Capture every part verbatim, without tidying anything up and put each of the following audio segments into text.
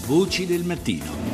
Voci del mattino.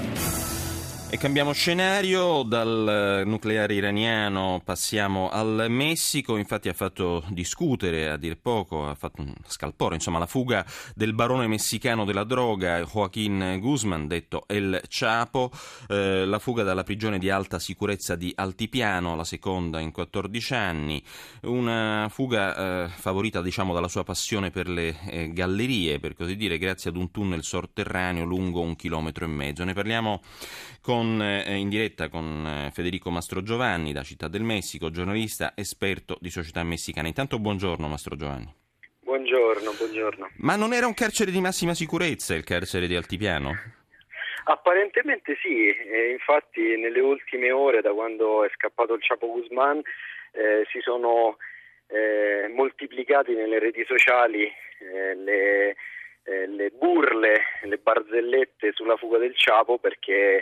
E cambiamo scenario, dal nucleare iraniano passiamo al Messico. Infatti ha fatto discutere, a dir poco, ha fatto un scalpore, insomma, la fuga del barone messicano della droga, Joaquín Guzmán, detto El Chapo, eh, la fuga dalla prigione di alta sicurezza di Altipiano, la seconda in quattordici anni, una fuga eh, favorita, diciamo, dalla sua passione per le eh, gallerie, per così dire, grazie ad un tunnel sotterraneo lungo un chilometro e mezzo. Ne parliamo con Con, eh, in diretta con eh, Federico Mastrogiovanni da Città del Messico, giornalista, esperto di società messicana. Intanto buongiorno Mastrogiovanni. Buongiorno, buongiorno. Ma non era un carcere di massima sicurezza il carcere di Altipiano? Apparentemente sì, e infatti nelle ultime ore, da quando è scappato il Chapo Guzmán, eh, si sono eh, moltiplicati nelle reti sociali eh, le, eh, le burle, le barzellette sulla fuga del Chapo, perché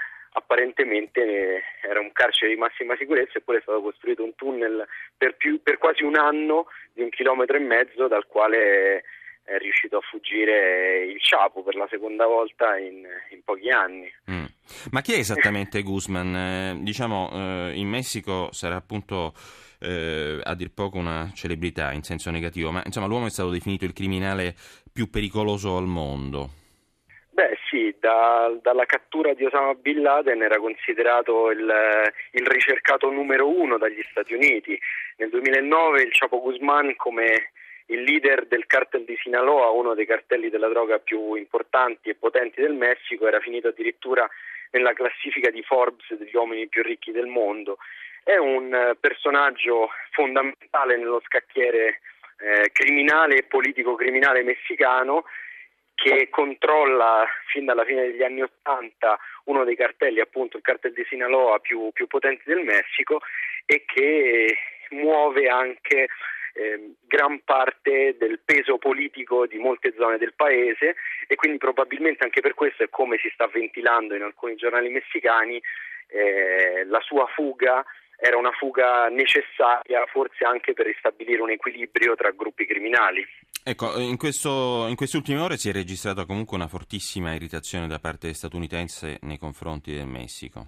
apparentemente era un carcere di massima sicurezza, eppure è stato costruito un tunnel per, più, per quasi un anno di un chilometro e mezzo, dal quale è riuscito a fuggire il Chapo per la seconda volta in, in pochi anni. Mm. Ma chi è esattamente Guzmán? Eh, diciamo, eh, in Messico sarà appunto eh, a dir poco una celebrità in senso negativo, ma insomma l'uomo è stato definito il criminale più pericoloso al mondo. Beh sì, da, dalla cattura di Osama Bin Laden era considerato il, il ricercato numero uno dagli Stati Uniti. Nel duemilanove il Chapo Guzmán, come il leader del cartel di Sinaloa, uno dei cartelli della droga più importanti e potenti del Messico, era finito addirittura nella classifica di Forbes degli uomini più ricchi del mondo. È un personaggio fondamentale nello scacchiere eh, criminale e politico-criminale messicano, che controlla fin dalla fine degli anni Ottanta uno dei cartelli, appunto il cartel di Sinaloa più, più potenti del Messico, e che muove anche eh, gran parte del peso politico di molte zone del paese, e quindi probabilmente anche per questo, è come si sta ventilando in alcuni giornali messicani, eh, la sua fuga era una fuga necessaria, forse anche per ristabilire un equilibrio tra gruppi criminali. Ecco, in, questo, in queste ultime ore si è registrata comunque una fortissima irritazione da parte statunitense nei confronti del Messico.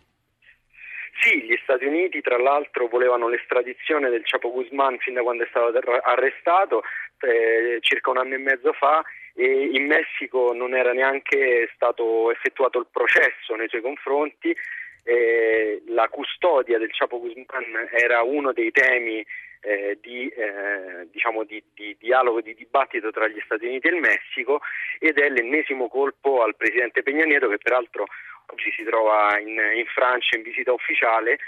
Sì, gli Stati Uniti tra l'altro volevano l'estradizione del Chapo Guzmán fin da quando è stato arrestato, eh, circa un anno e mezzo fa, e in Messico non era neanche stato effettuato il processo nei suoi confronti. Eh, la custodia del Chapo Guzmán era uno dei temi eh, di, eh, diciamo di, di dialogo, di dibattito tra gli Stati Uniti e il Messico, ed è l'ennesimo colpo al presidente Peña Nieto, che peraltro oggi si trova in, in Francia in visita ufficiale,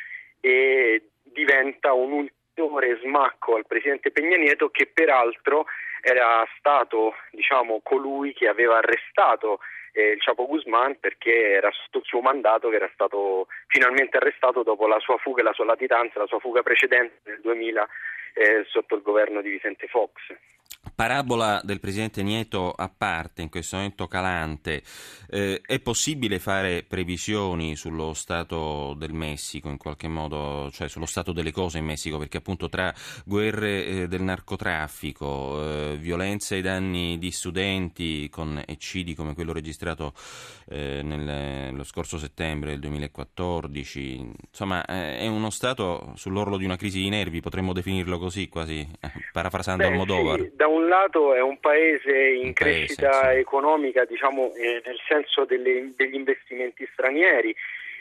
e diventa un ulteriore smacco al presidente Peña Nieto, che peraltro era stato, diciamo, colui che aveva arrestato eh, il Chapo Guzmán, perché era sotto il suo mandato che era stato finalmente arrestato dopo la sua fuga e la sua latitanza, la sua fuga precedente nel duemila eh, sotto il governo di Vicente Fox. Parabola del presidente Nieto a parte, in questo momento calante, eh, è possibile fare previsioni sullo stato del Messico, in qualche modo, cioè sullo stato delle cose in Messico, perché appunto tra guerre eh, del narcotraffico, eh, violenze ai danni di studenti, con eccidi come quello registrato eh, nel, lo scorso settembre del duemilaquattordici, insomma eh, è uno stato sull'orlo di una crisi di nervi, potremmo definirlo così, quasi eh, parafrasando Beh, Almodovar. Sì, da un lato è un paese in un crescita paese, sì. economica, diciamo, eh, nel senso delle, degli investimenti stranieri,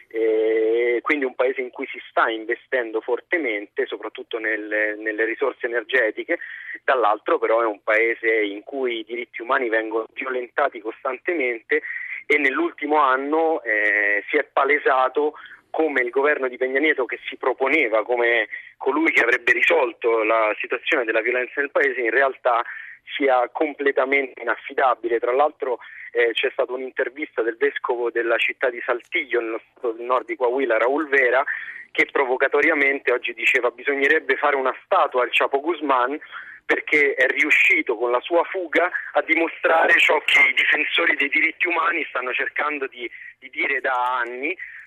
eh, quindi un paese in cui si sta investendo fortemente, soprattutto nel, nelle risorse energetiche. Dall'altro però è un paese in cui i diritti umani vengono violentati costantemente, e nell'ultimo anno eh, si è palesato come il governo di Peña Nieto, che si proponeva come colui che avrebbe risolto la situazione della violenza nel paese, in realtà sia completamente inaffidabile. Tra l'altro eh, c'è stata un'intervista del vescovo della città di Saltillo, nello stato del nord di Coahuila, Raúl Vera, che provocatoriamente oggi diceva: bisognerebbe fare una statua al Chapo Guzmán, perché è riuscito con la sua fuga a dimostrare ciò che i difensori dei diritti umani stanno cercando di, di dire da anni,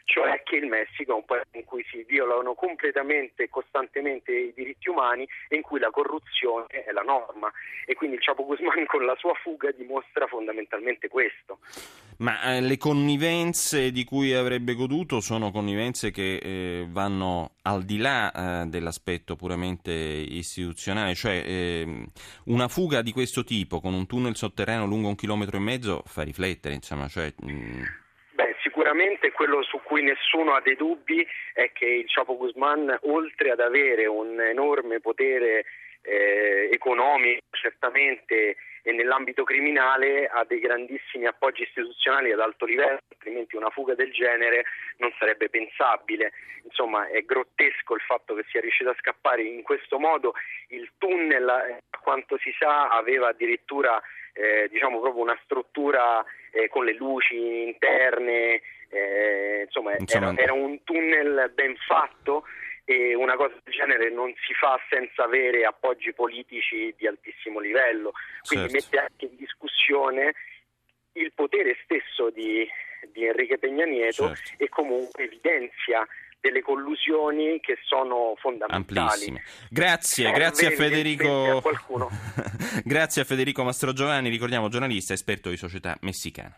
cioè che il Messico è un paese in cui si violano completamente e costantemente i diritti umani e in cui la corruzione è la norma, e quindi il Chapo Guzman con la sua fuga dimostra fondamentalmente questo. Ma eh, le connivenze di cui avrebbe goduto sono connivenze che eh, vanno al di là eh, dell'aspetto puramente istituzionale, cioè eh, una fuga di questo tipo con un tunnel sotterraneo lungo un chilometro e mezzo fa riflettere, insomma, cioè... Mh... Beh, sicuramente quello su cui nessuno ha dei dubbi è che il Chapo Guzman, oltre ad avere un enorme potere eh, economico, certamente, e nell'ambito criminale, ha dei grandissimi appoggi istituzionali ad alto livello, altrimenti una fuga del genere non sarebbe pensabile. Insomma, è grottesco il fatto che sia riuscito a scappare in questo modo. Il tunnel, a quanto si sa, aveva addirittura eh, diciamo proprio una struttura eh, con le luci interne, eh, insomma, insomma era, era un tunnel ben fatto, e una cosa del genere non si fa senza avere appoggi politici di altissimo livello, quindi certo. mette anche in discussione il potere stesso di, di Enrique Peña Nieto, certo. E comunque evidenzia delle collusioni che sono fondamentali. Amplissime. Grazie, Serve grazie a Federico. A qualcuno. Grazie a Federico Mastrogiovanni, ricordiamo giornalista, esperto di società messicana.